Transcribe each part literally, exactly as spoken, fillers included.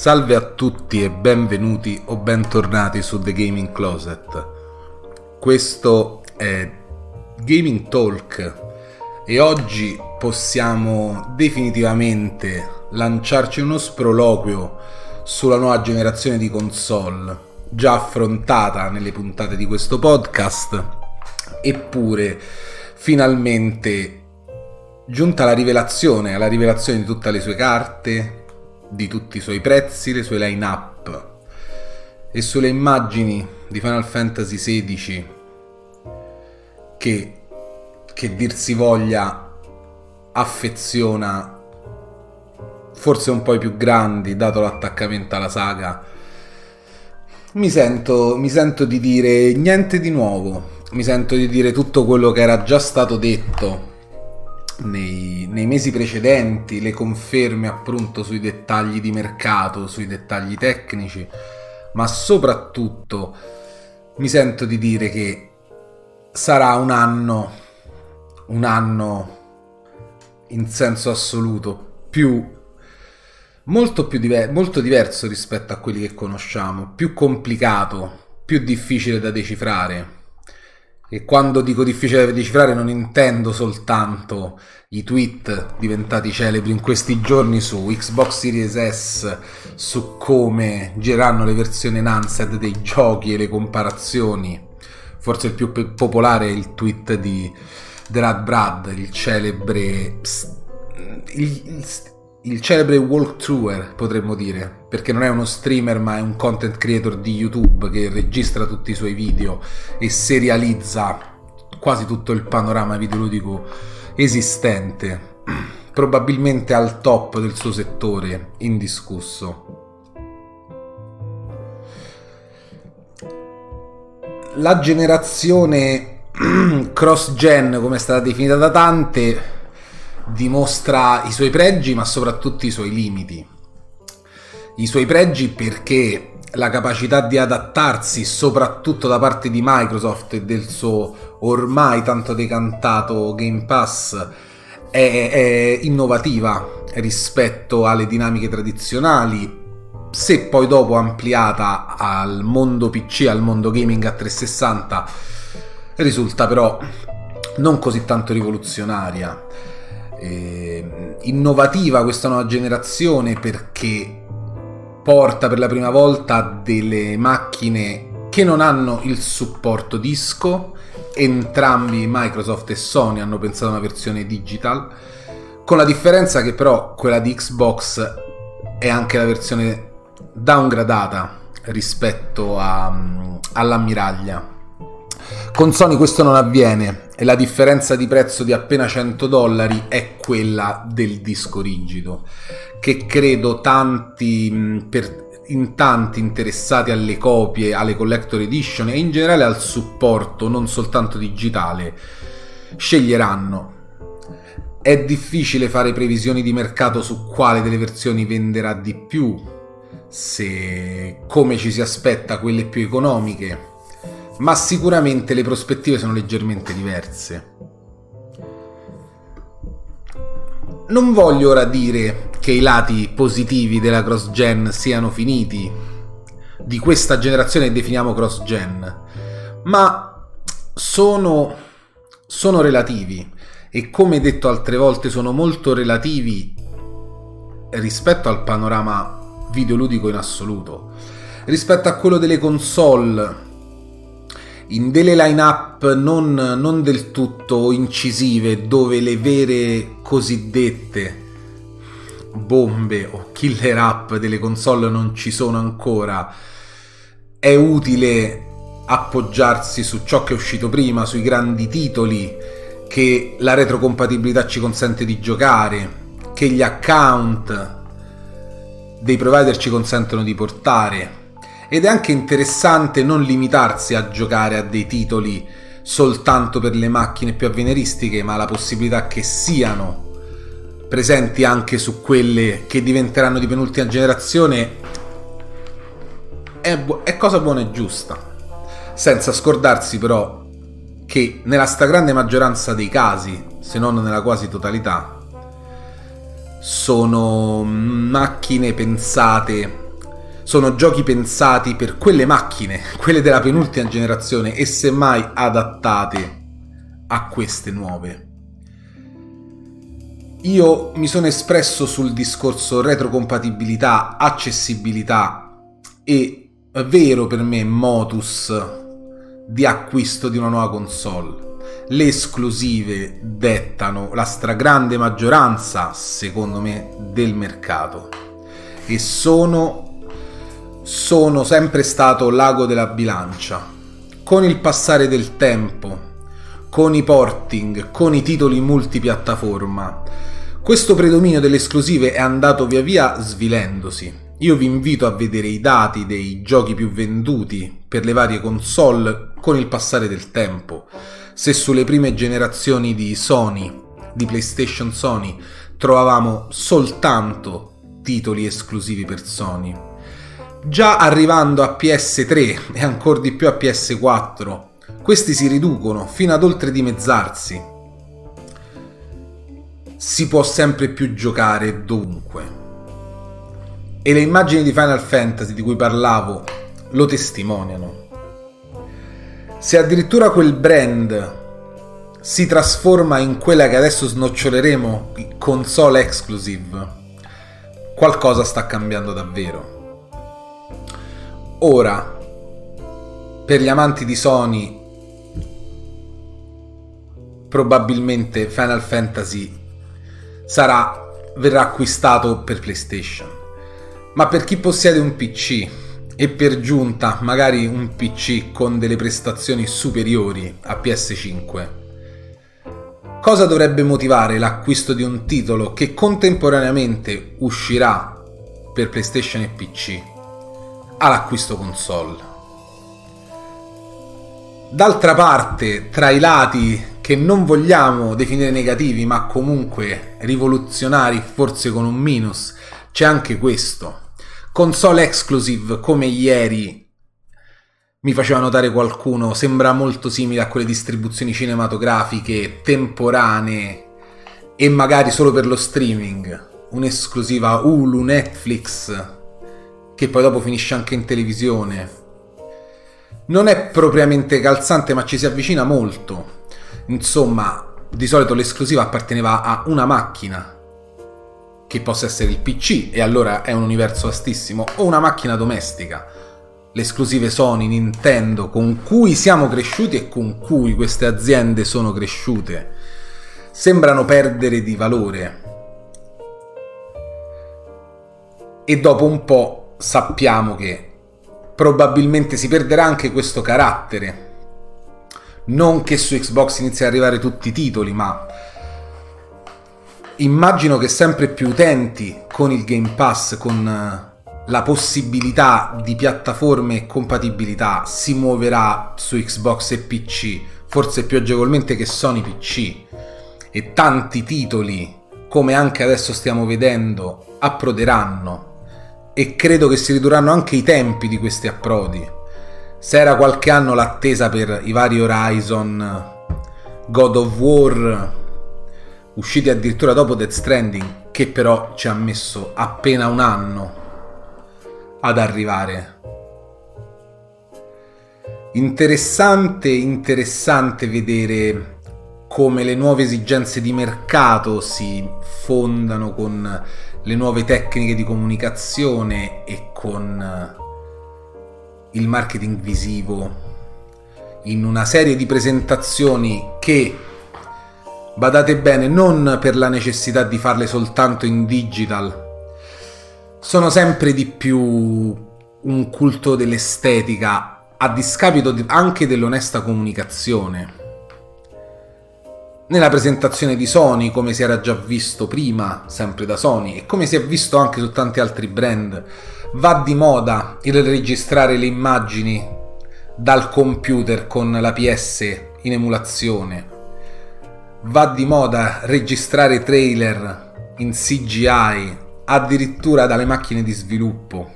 Salve a tutti e benvenuti o bentornati su The Gaming Closet. Questo è Gaming Talk e oggi possiamo definitivamente lanciarci uno sproloquio sulla nuova generazione di console, già affrontata nelle puntate di questo podcast, eppure finalmente giunta la rivelazione, alla rivelazione di tutte le sue carte, di tutti i suoi prezzi, le sue line-up, e sulle immagini di Final Fantasy sedici che, che dir si voglia, affeziona forse un po' i più grandi, dato l'attaccamento alla saga. Mi sento, mi sento di dire niente di nuovo, mi sento di dire tutto quello che era già stato detto Nei, nei mesi precedenti, le conferme appunto sui dettagli di mercato, sui dettagli tecnici, ma soprattutto mi sento di dire che sarà un anno, un anno in senso assoluto più, molto più diver- molto diverso rispetto a quelli che conosciamo, più complicato, più difficile da decifrare. E quando dico difficile da decifrare non intendo soltanto i tweet diventati celebri in questi giorni su Xbox Series S, su come gireranno le versioni enhanced dei giochi e le comparazioni. Forse il più popolare è il tweet di Gerard Brad, il celebre il, il, il celebre walkthrougher, potremmo dire, perché non è uno streamer ma è un content creator di YouTube che registra tutti i suoi video e serializza quasi tutto il panorama videoludico esistente, probabilmente al top del suo settore, indiscusso. La generazione cross-gen, come è stata definita da tante, dimostra i suoi pregi ma soprattutto i suoi limiti. I suoi pregi perché la capacità di adattarsi, soprattutto da parte di Microsoft e del suo ormai tanto decantato Game Pass, è, è innovativa rispetto alle dinamiche tradizionali, se poi dopo ampliata al mondo P C, al mondo gaming a trecentosessanta, risulta però non così tanto rivoluzionaria. Eh, innovativa questa nuova generazione perché porta per la prima volta delle macchine che non hanno il supporto disco. Entrambi, Microsoft e Sony, hanno pensato a una versione digital, con la differenza che però quella di Xbox è anche la versione downgradata rispetto a, all'ammiraglia. Con Sony questo non avviene e la differenza di prezzo di appena cento dollari è quella del disco rigido, che credo tanti, per, in tanti interessati alle copie, alle collector edition e in generale al supporto non soltanto digitale, sceglieranno. È difficile fare previsioni di mercato su quale delle versioni venderà di più, se come ci si aspetta quelle più economiche, ma sicuramente le prospettive sono leggermente diverse. Non voglio ora dire che i lati positivi della cross-gen siano finiti, di questa generazione che definiamo cross-gen, ma sono, sono relativi e, come detto altre volte, sono molto relativi rispetto al panorama videoludico in assoluto, rispetto a quello delle console, in delle line-up non, non del tutto incisive, dove le vere cosiddette bombe o killer app delle console non ci sono ancora. È utile appoggiarsi su ciò che è uscito prima, sui grandi titoli che la retrocompatibilità ci consente di giocare, che gli account dei provider ci consentono di portare. Ed è anche interessante non limitarsi a giocare a dei titoli soltanto per le macchine più avveniristiche, ma la possibilità che siano presenti anche su quelle che diventeranno di penultima generazione è, bu- è cosa buona e giusta, senza scordarsi però che nella stragrande maggioranza dei casi, se non nella quasi totalità, sono macchine pensate sono giochi pensati per quelle macchine, quelle della penultima generazione, e semmai adattate a queste nuove. Io mi sono espresso sul discorso retrocompatibilità, accessibilità e vero per me modus di acquisto di una nuova console. Le esclusive dettano la stragrande maggioranza, secondo me, del mercato e sono, sono sempre stato l'ago della bilancia. Con il passare del tempo, con i porting, con i titoli multipiattaforma, questo predominio delle esclusive è andato via via svilendosi. Io vi invito a vedere i dati dei giochi più venduti per le varie console con il passare del tempo. Se sulle prime generazioni di Sony, di PlayStation Sony, trovavamo soltanto titoli esclusivi per Sony, già arrivando a P S tre e ancora di più a P S quattro, questi si riducono fino ad oltre dimezzarsi. Si può sempre più giocare dovunque. E le immagini di Final Fantasy di cui parlavo lo testimoniano. Se addirittura quel brand si trasforma in quella che adesso snoccioleremo, console exclusive, qualcosa sta cambiando davvero. Ora, per gli amanti di Sony, probabilmente Final Fantasy sarà, verrà acquistato per PlayStation. Ma per chi possiede un P C e per giunta magari un P C con delle prestazioni superiori a P S cinque, cosa dovrebbe motivare l'acquisto di un titolo che contemporaneamente uscirà per PlayStation e P C all'acquisto console? D'altra parte, tra i lati che non vogliamo definire negativi ma comunque rivoluzionari, forse con un minus, c'è anche questo. Console exclusive, come ieri mi faceva notare qualcuno, sembra molto simile a quelle distribuzioni cinematografiche temporanee e magari solo per lo streaming, un'esclusiva Hulu, Netflix, che poi dopo finisce anche in televisione. Non è propriamente calzante, ma ci si avvicina molto. Insomma, di solito l'esclusiva apparteneva a una macchina, che possa essere il P C, e allora è un universo vastissimo, o una macchina domestica. Le esclusive Sony, Nintendo, con cui siamo cresciuti e con cui queste aziende sono cresciute, sembrano perdere di valore. E dopo un po' sappiamo che probabilmente si perderà anche questo carattere. Non che su Xbox inizi ad arrivare tutti i titoli, ma immagino che sempre più utenti con il Game Pass, con la possibilità di piattaforme e compatibilità, si muoverà su Xbox e P C, forse più agevolmente che Sony P C, e tanti titoli, come anche adesso stiamo vedendo, approderanno, e credo che si ridurranno anche i tempi di questi approdi. Se era qualche anno l'attesa per i vari Horizon, God of War, usciti addirittura dopo Death Stranding, che però ci ha messo appena un anno ad arrivare. Interessante, interessante vedere come le nuove esigenze di mercato si fondano con le nuove tecniche di comunicazione e con il marketing visivo in una serie di presentazioni che, badate bene, non per la necessità di farle soltanto in digital, sono sempre di più un culto dell'estetica a discapito anche dell'onesta comunicazione. Nella presentazione di Sony, come si era già visto prima, sempre da Sony, e come si è visto anche su tanti altri brand, va di moda il registrare le immagini dal computer con la P S in emulazione. Va di moda registrare trailer in C G I, addirittura dalle macchine di sviluppo.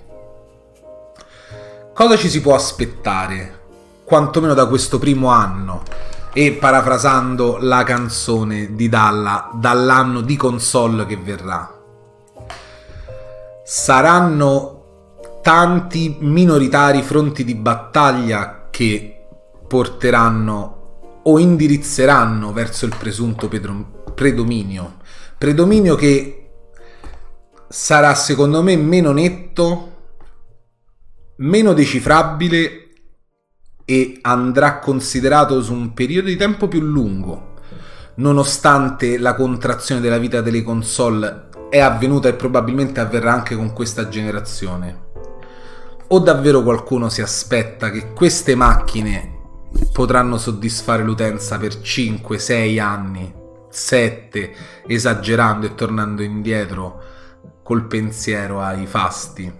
Cosa ci si può aspettare, quantomeno da questo primo anno? E parafrasando la canzone di Dalla, dall'anno di console che verrà. Saranno tanti minoritari fronti di battaglia che porteranno o indirizzeranno verso il presunto pedro- predominio. Predominio che sarà secondo me meno netto, meno decifrabile e andrà considerato su un periodo di tempo più lungo, nonostante la contrazione della vita delle console è avvenuta e probabilmente avverrà anche con questa generazione. O davvero qualcuno si aspetta che queste macchine potranno soddisfare l'utenza per cinque sei anni, sette, esagerando e tornando indietro col pensiero ai fasti?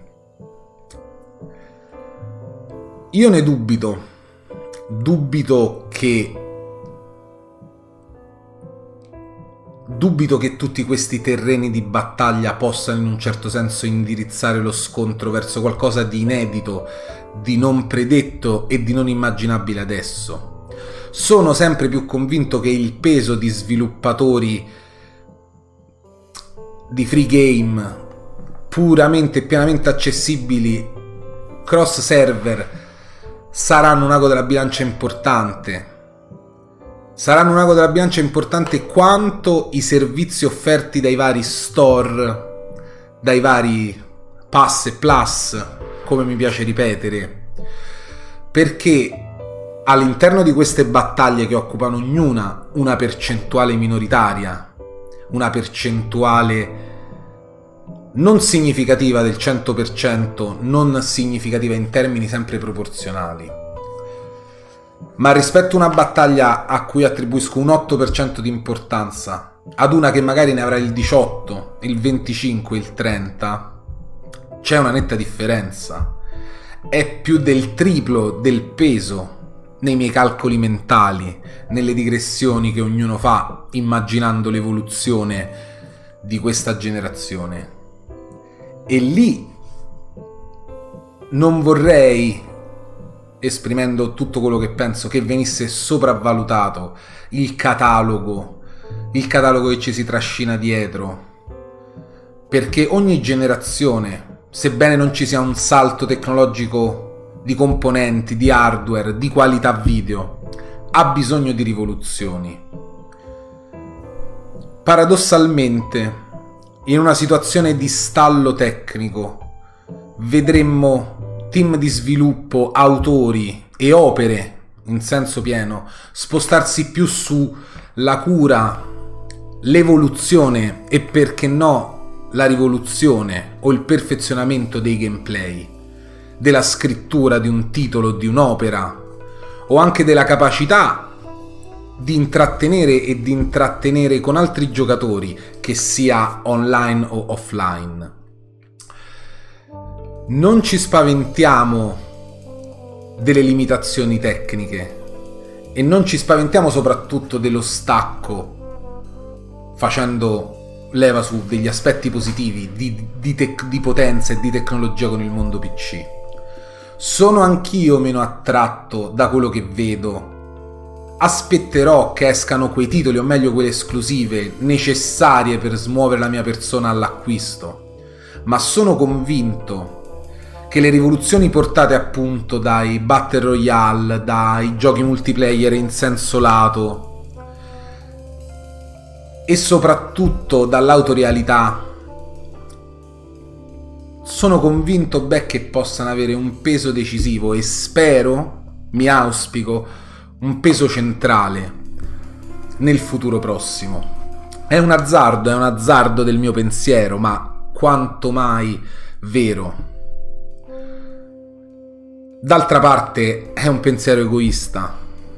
Io ne dubito. Dubito che dubito che tutti questi terreni di battaglia possano in un certo senso indirizzare lo scontro verso qualcosa di inedito, di non predetto e di non immaginabile adesso. Sono sempre più convinto che il peso di sviluppatori di free game puramente e pienamente accessibili cross server saranno un ago della bilancia importante. Saranno un ago della bilancia importante quanto i servizi offerti dai vari store, dai vari pass e plus, come mi piace ripetere, perché all'interno di queste battaglie che occupano ognuna una percentuale minoritaria, una percentuale non significativa del cento per cento, non significativa in termini sempre proporzionali, ma rispetto a una battaglia a cui attribuisco un otto per cento di importanza ad una che magari ne avrà il diciotto, il venticinque, il trenta, c'è una netta differenza. È più del triplo del peso nei miei calcoli mentali, nelle digressioni che ognuno fa immaginando l'evoluzione di questa generazione. E lì non vorrei, esprimendo tutto quello che penso, che venisse sopravvalutato il catalogo, il catalogo che ci si trascina dietro, perché ogni generazione, sebbene non ci sia un salto tecnologico di componenti, di hardware, di qualità video, ha bisogno di rivoluzioni. Paradossalmente, in una situazione di stallo tecnico, vedremmo team di sviluppo, autori e opere in senso pieno spostarsi più sulla cura, l'evoluzione e perché no la rivoluzione o il perfezionamento dei gameplay, della scrittura di un titolo, di un'opera, o anche della capacità di intrattenere e di intrattenere con altri giocatori, che sia online o offline. Non ci spaventiamo delle limitazioni tecniche e non ci spaventiamo soprattutto dello stacco, facendo leva su degli aspetti positivi di, di, tec- di potenza e di tecnologia con il mondo P C. Sono anch'io meno attratto da quello che vedo. Aspetterò che escano quei titoli, o meglio quelle esclusive, necessarie per smuovere la mia persona all'acquisto. Ma sono convinto che le rivoluzioni portate appunto dai Battle Royale, dai giochi multiplayer in senso lato e soprattutto dall'autorialità, sono convinto beh che possano avere un peso decisivo e spero, mi auspico, un peso centrale nel futuro prossimo. È un azzardo, è un azzardo del mio pensiero, ma quanto mai vero. D'altra parte è un pensiero egoista.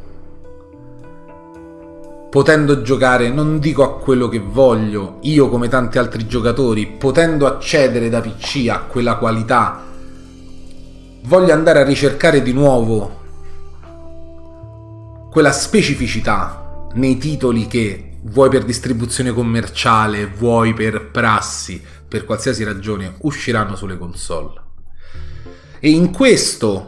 Potendo giocare, non dico a quello che voglio, io come tanti altri giocatori, potendo accedere da P C a quella qualità, voglio andare a ricercare di nuovo quella specificità nei titoli che, vuoi per distribuzione commerciale, vuoi per prassi, per qualsiasi ragione, usciranno sulle console. E in questo,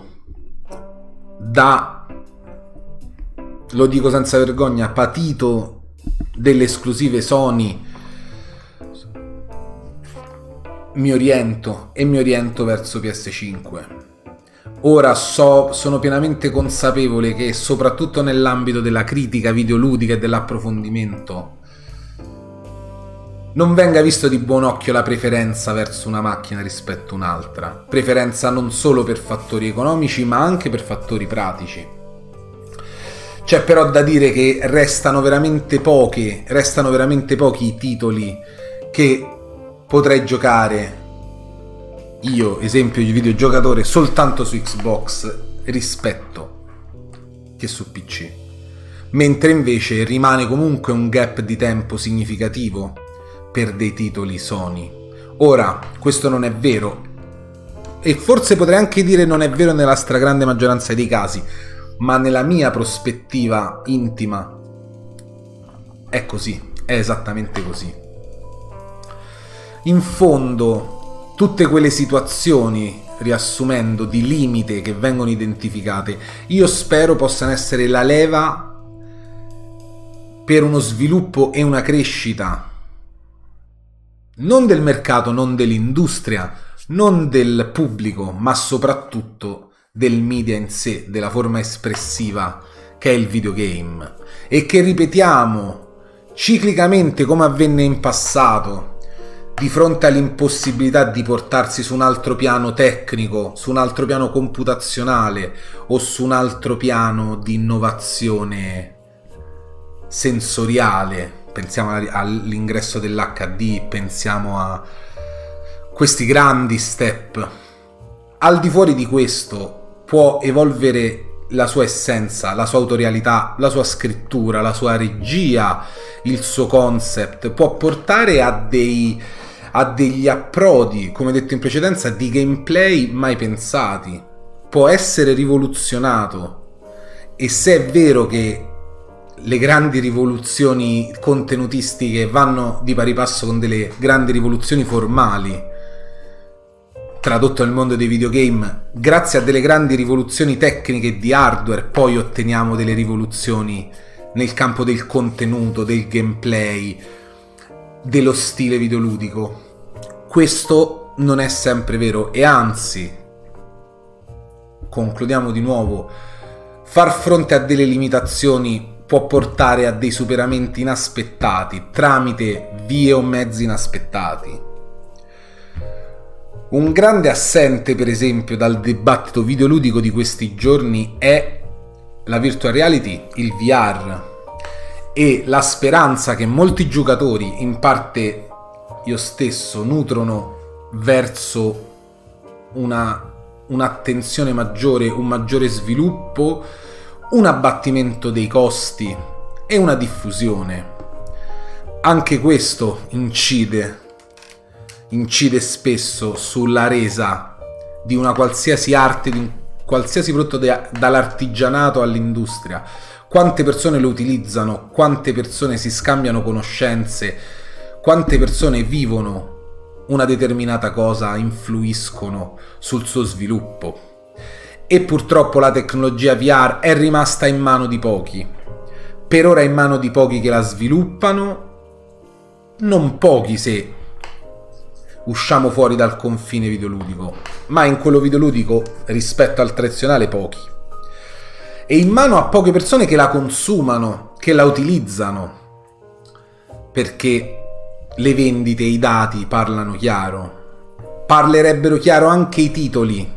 da, lo dico senza vergogna, patito delle esclusive Sony, mi oriento e mi oriento verso P S cinque. Ora so, sono pienamente consapevole che soprattutto nell'ambito della critica videoludica e dell'approfondimento non venga visto di buon occhio la preferenza verso una macchina rispetto a un'altra. Preferenza non solo per fattori economici, ma anche per fattori pratici. C'è però da dire che restano veramente poche, restano veramente pochi i titoli che potrei giocare io, esempio di videogiocatore, soltanto su Xbox rispetto che su P C. Mentre invece rimane comunque un gap di tempo significativo per dei titoli Sony. Ora, questo non è vero, e forse potrei anche dire non è vero nella stragrande maggioranza dei casi, ma nella mia prospettiva intima è così, è esattamente così. In fondo, tutte quelle situazioni, riassumendo, di limite che vengono identificate, io spero possano essere la leva per uno sviluppo e una crescita non del mercato, non dell'industria, non del pubblico, ma soprattutto del media in sé, della forma espressiva che è il videogame, e che ripetiamo ciclicamente come avvenne in passato, di fronte all'impossibilità di portarsi su un altro piano tecnico, su un altro piano computazionale o su un altro piano di innovazione sensoriale. Pensiamo all'ingresso dell'H D, pensiamo a questi grandi step. Al di fuori di questo può evolvere la sua essenza, la sua autorialità, la sua scrittura, la sua regia, il suo concept, può portare a dei a degli approdi, come detto in precedenza, di gameplay mai pensati. Può essere rivoluzionato, e se è vero che le grandi rivoluzioni contenutistiche vanno di pari passo con delle grandi rivoluzioni formali, tradotto nel mondo dei videogame, grazie a delle grandi rivoluzioni tecniche di hardware poi otteniamo delle rivoluzioni nel campo del contenuto, del gameplay, dello stile videoludico. Questo non è sempre vero, e anzi, concludiamo di nuovo, far fronte a delle limitazioni può portare a dei superamenti inaspettati tramite vie o mezzi inaspettati. Un grande assente, per esempio, dal dibattito videoludico di questi giorni è la virtual reality, il V R, e la speranza che molti giocatori, in parte io stesso, nutrono verso una, un'attenzione maggiore, un maggiore sviluppo, un abbattimento dei costi e una diffusione. Anche questo incide incide spesso sulla resa di una qualsiasi arte, di un qualsiasi prodotto de- dall'artigianato all'industria. Quante persone lo utilizzano, quante persone si scambiano conoscenze, quante persone vivono una determinata cosa, influiscono sul suo sviluppo. E purtroppo la tecnologia V R è rimasta in mano di pochi. Per ora è in mano di pochi che la sviluppano, non pochi se usciamo fuori dal confine videoludico, ma in quello videoludico rispetto al tradizionale pochi. E in mano a poche persone che la consumano, che la utilizzano, perché le vendite, i dati parlano chiaro. Parlerebbero chiaro anche i titoli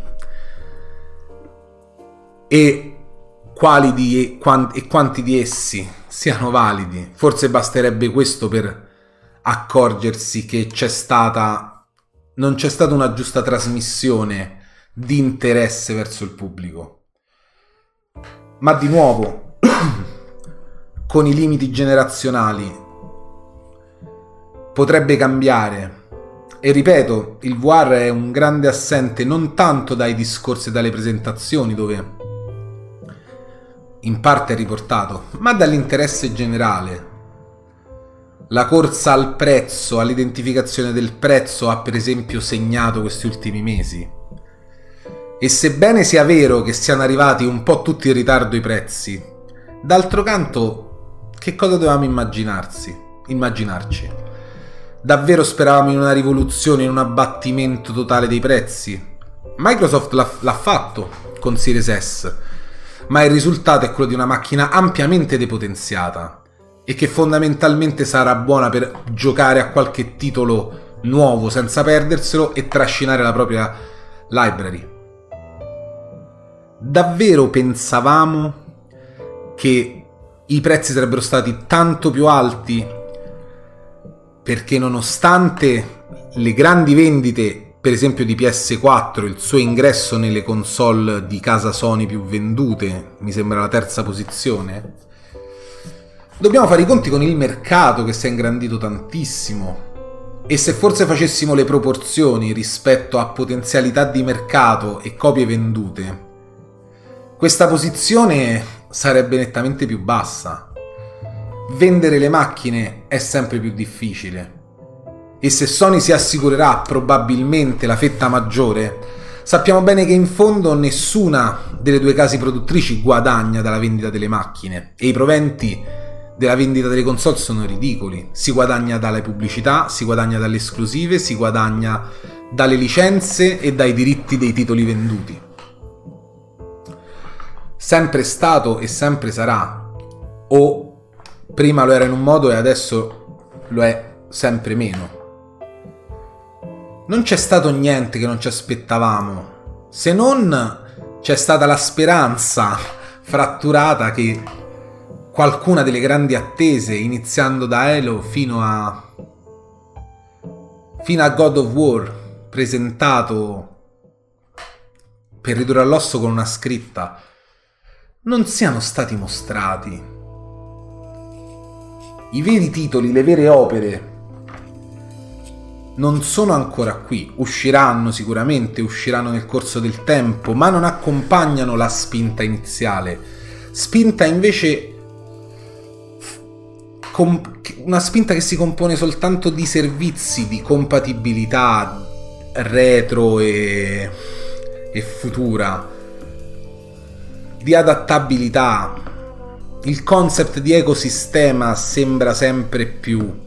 e quali di, quanti, e quanti di essi siano validi. Forse basterebbe questo per accorgersi che c'è stata non c'è stata una giusta trasmissione di interesse verso il pubblico. Ma di nuovo, con i limiti generazionali potrebbe cambiare. E ripeto, il V R è un grande assente non tanto dai discorsi e dalle presentazioni, dove in parte è riportato, ma dall'interesse generale. La corsa al prezzo, all'identificazione del prezzo, ha per esempio segnato questi ultimi mesi. E sebbene sia vero che siano arrivati un po' tutti in ritardo i prezzi, d'altro canto, che cosa dovevamo immaginarsi? Immaginarci? Davvero speravamo in una rivoluzione, in un abbattimento totale dei prezzi? Microsoft l'ha, l'ha fatto con Series S, ma il risultato è quello di una macchina ampiamente depotenziata e che fondamentalmente sarà buona per giocare a qualche titolo nuovo senza perderselo e trascinare la propria library. Davvero pensavamo che i prezzi sarebbero stati tanto più alti, perché nonostante le grandi vendite, per esempio di P S quattro, il suo ingresso nelle console di casa Sony più vendute, mi sembra la terza posizione, dobbiamo fare i conti con il mercato che si è ingrandito tantissimo. E se forse facessimo le proporzioni rispetto a potenzialità di mercato e copie vendute, questa posizione sarebbe nettamente più bassa. Vendere le macchine è sempre più difficile. E se Sony si assicurerà probabilmente la fetta maggiore, sappiamo bene che in fondo nessuna delle due case produttrici guadagna dalla vendita delle macchine e i proventi della vendita delle console sono ridicoli. Si guadagna dalle pubblicità, si guadagna dalle esclusive, si guadagna dalle licenze e dai diritti dei titoli venduti. Sempre stato e sempre sarà, o prima lo era in un modo e adesso lo è sempre meno. Non c'è stato niente che non ci aspettavamo, se non c'è stata la speranza fratturata che qualcuna delle grandi attese, iniziando da Halo fino a fino a God of War, presentato per ridurre all'osso con una scritta, non siano stati mostrati. I veri titoli, le vere opere non sono ancora qui, usciranno sicuramente, usciranno nel corso del tempo, ma non accompagnano la spinta iniziale. Spinta invece, una spinta che si compone soltanto di servizi, di compatibilità retro e, e futura, di adattabilità. Il concept di ecosistema sembra sempre più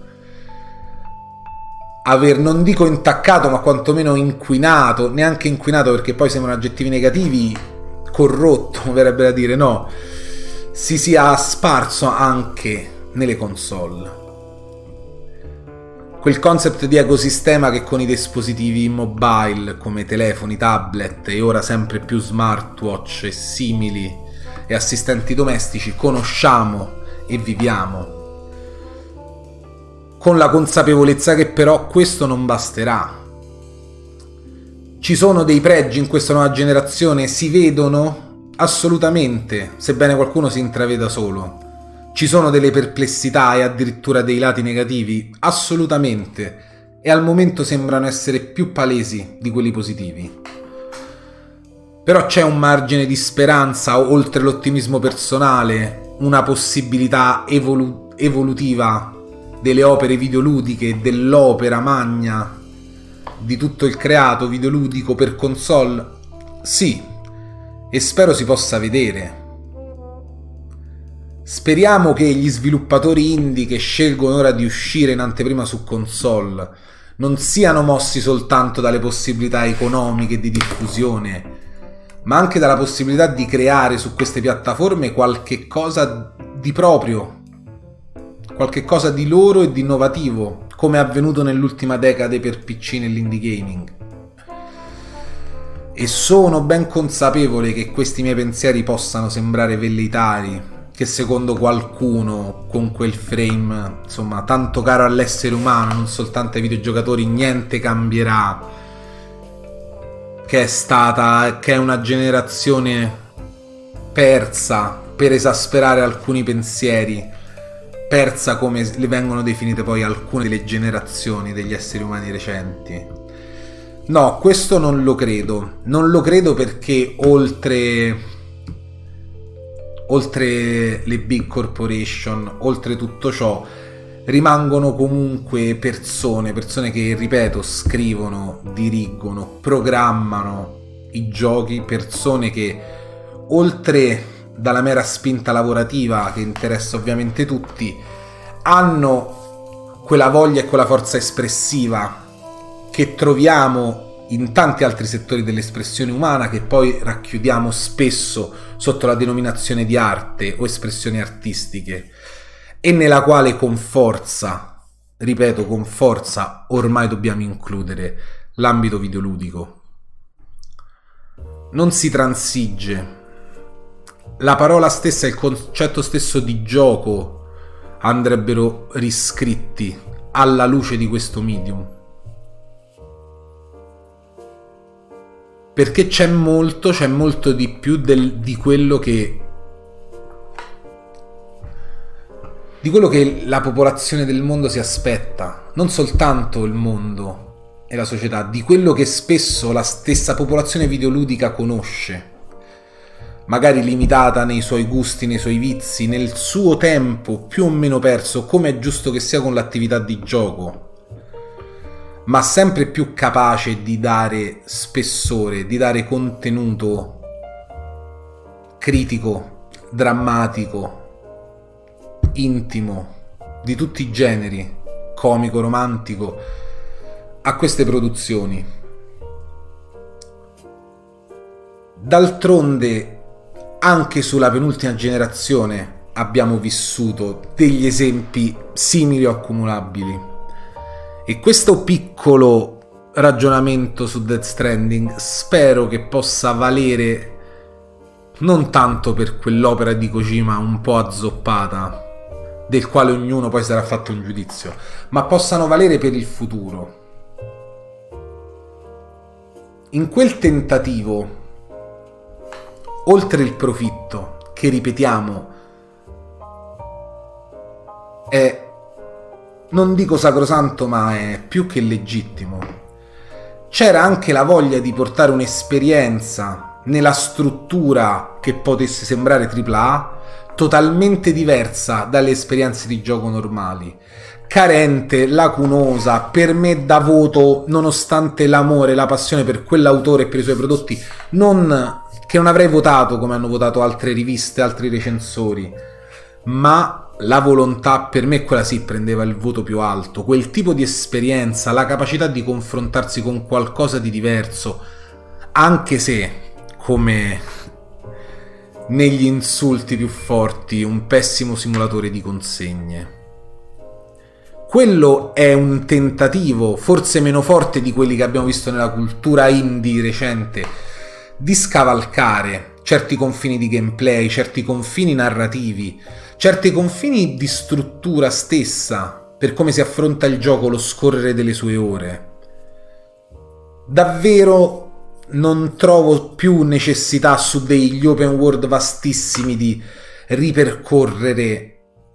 aver, non dico intaccato, ma quantomeno inquinato, neanche inquinato perché poi sembrano aggettivi negativi, corrotto, verrebbe da dire, no, si sia sparso anche nelle console. Quel concept di ecosistema che con i dispositivi mobile come telefoni, tablet e ora sempre più smartwatch e simili e assistenti domestici conosciamo e viviamo, con la consapevolezza che però questo non basterà. Ci sono dei pregi in questa nuova generazione? Si vedono? Assolutamente, sebbene qualcuno si intraveda solo. Ci sono delle perplessità e addirittura dei lati negativi? Assolutamente, e al momento sembrano essere più palesi di quelli positivi. Però c'è un margine di speranza oltre l'ottimismo personale, una possibilità evolu- evolutiva delle opere videoludiche, dell'opera magna, di tutto il creato videoludico per console? Sì, e spero si possa vedere. Speriamo che gli sviluppatori indie che scelgono ora di uscire in anteprima su console non siano mossi soltanto dalle possibilità economiche di diffusione, ma anche dalla possibilità di creare su queste piattaforme qualche cosa di proprio, qualche cosa di loro e di innovativo, come è avvenuto nell'ultima decade per P C nell'indie gaming. E sono ben consapevole che questi miei pensieri possano sembrare velleitari, che secondo qualcuno con quel frame, insomma, tanto caro all'essere umano, non soltanto ai videogiocatori, niente cambierà, che è stata, che è una generazione persa per esasperare alcuni pensieri, persa come le vengono definite poi alcune delle generazioni degli esseri umani recenti. No, questo non lo credo. Non lo credo perché oltre oltre le big corporation, oltre tutto ciò, rimangono comunque persone, persone che, ripeto, scrivono, dirigono, programmano i giochi, persone che oltre dalla mera spinta lavorativa che interessa ovviamente tutti, hanno quella voglia e quella forza espressiva che troviamo in tanti altri settori dell'espressione umana, che poi racchiudiamo spesso sotto la denominazione di arte o espressioni artistiche, e nella quale con forza, ripeto, con forza ormai dobbiamo includere l'ambito videoludico. Non si transige. La parola stessa e il concetto stesso di gioco andrebbero riscritti alla luce di questo medium, perché c'è molto, c'è molto di più del, di quello che di quello che la popolazione del mondo si aspetta, non soltanto il mondo e la società, di quello che spesso la stessa popolazione videoludica conosce, magari limitata nei suoi gusti, nei suoi vizi, nel suo tempo più o meno perso, come è giusto che sia con l'attività di gioco, ma sempre più capace di dare spessore, di dare contenuto critico, drammatico, intimo, di tutti i generi, comico, romantico, a queste produzioni. D'altronde anche sulla penultima generazione abbiamo vissuto degli esempi simili o accumulabili, e questo piccolo ragionamento su Death Stranding spero che possa valere non tanto per quell'opera di Kojima un po' azzoppata, del quale ognuno poi sarà fatto un giudizio, ma possano valere per il futuro. In quel tentativo, oltre il profitto, che ripetiamo è, non dico sacrosanto, ma è più che legittimo, c'era anche la voglia di portare un'esperienza nella struttura che potesse sembrare tripla A, totalmente diversa dalle esperienze di gioco normali, carente, lacunosa, per me da voto, nonostante l'amore, la passione per quell'autore e per i suoi prodotti, non che non avrei votato come hanno votato altre riviste, altri recensori, ma la volontà, per me quella sì prendeva il voto più alto, quel tipo di esperienza, la capacità di confrontarsi con qualcosa di diverso, anche se, come negli insulti più forti, un pessimo simulatore di consegne. Quello è un tentativo, forse meno forte di quelli che abbiamo visto nella cultura indie recente, di scavalcare certi confini di gameplay, certi confini narrativi, certi confini di struttura stessa, per come si affronta il gioco, lo scorrere delle sue ore. Davvero non trovo più necessità su degli open world vastissimi di ripercorrere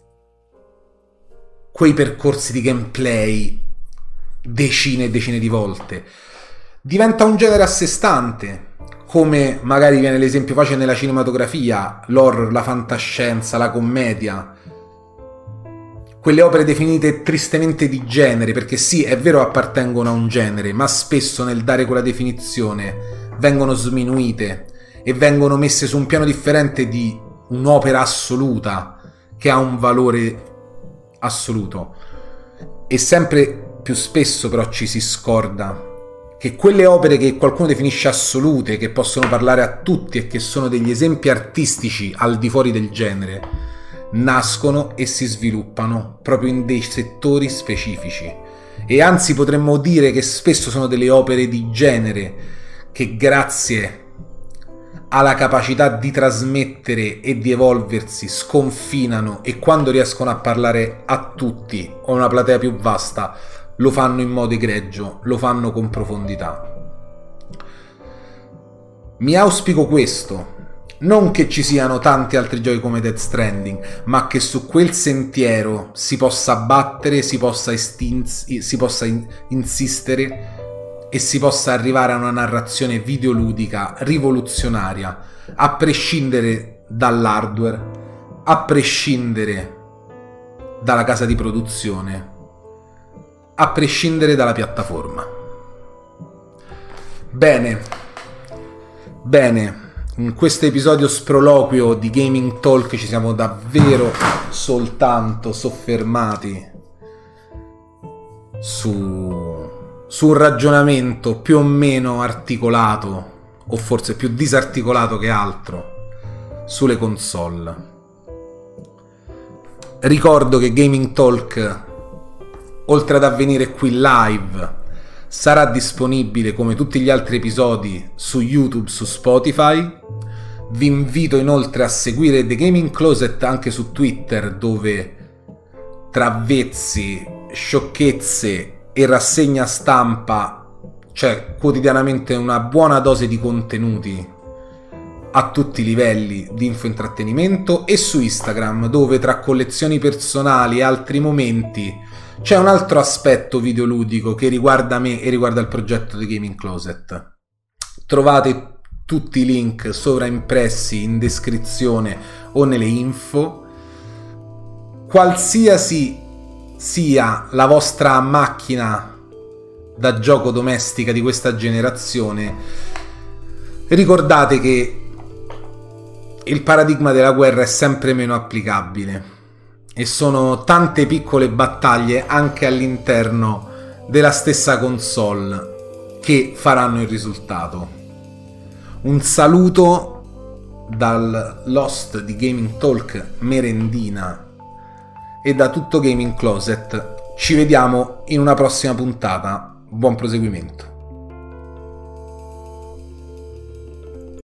quei percorsi di gameplay decine e decine di volte. Diventa un genere a sé stante, come magari viene l'esempio facile nella cinematografia, l'horror, la fantascienza, la commedia, quelle opere definite tristemente di genere, perché sì, è vero, appartengono a un genere, ma spesso nel dare quella definizione vengono sminuite e vengono messe su un piano differente di un'opera assoluta che ha un valore assoluto. E sempre più spesso però ci si scorda che quelle opere che qualcuno definisce assolute, che possono parlare a tutti e che sono degli esempi artistici al di fuori del genere, nascono e si sviluppano proprio in dei settori specifici, e anzi potremmo dire che spesso sono delle opere di genere che, grazie alla capacità di trasmettere e di evolversi, sconfinano, e quando riescono a parlare a tutti o a una platea più vasta lo fanno in modo egregio, lo fanno con profondità. Mi auspico questo, non che ci siano tanti altri giochi come Death Stranding, ma che su quel sentiero si possa battere, si possa, istinz- si possa in- insistere e si possa arrivare a una narrazione videoludica rivoluzionaria, a prescindere dall'hardware, a prescindere dalla casa di produzione, a prescindere dalla piattaforma. Bene, bene, in questo episodio sproloquio di Gaming Talk ci siamo davvero soltanto soffermati su, su un ragionamento più o meno articolato, o forse più disarticolato che altro, sulle console. Ricordo che Gaming Talk, oltre ad avvenire qui live, sarà disponibile come tutti gli altri episodi su YouTube, su Spotify. Vi invito inoltre a seguire The Gaming Closet anche su Twitter, dove tra vezzi, sciocchezze e rassegna stampa c'è quotidianamente una buona dose di contenuti a tutti i livelli di infointrattenimento, e su Instagram, dove tra collezioni personali e altri momenti c'è un altro aspetto videoludico che riguarda me e riguarda il progetto The Gaming Closet. Trovate tutti i link sovraimpressi in descrizione o nelle info. Qualsiasi sia la vostra macchina da gioco domestica di questa generazione, ricordate che il paradigma della guerra è sempre meno applicabile e sono tante piccole battaglie anche all'interno della stessa console che faranno il risultato. Un saluto dal Lost di Gaming Talk Merendina e da tutto Gaming Closet. Ci vediamo in una prossima puntata. Buon proseguimento.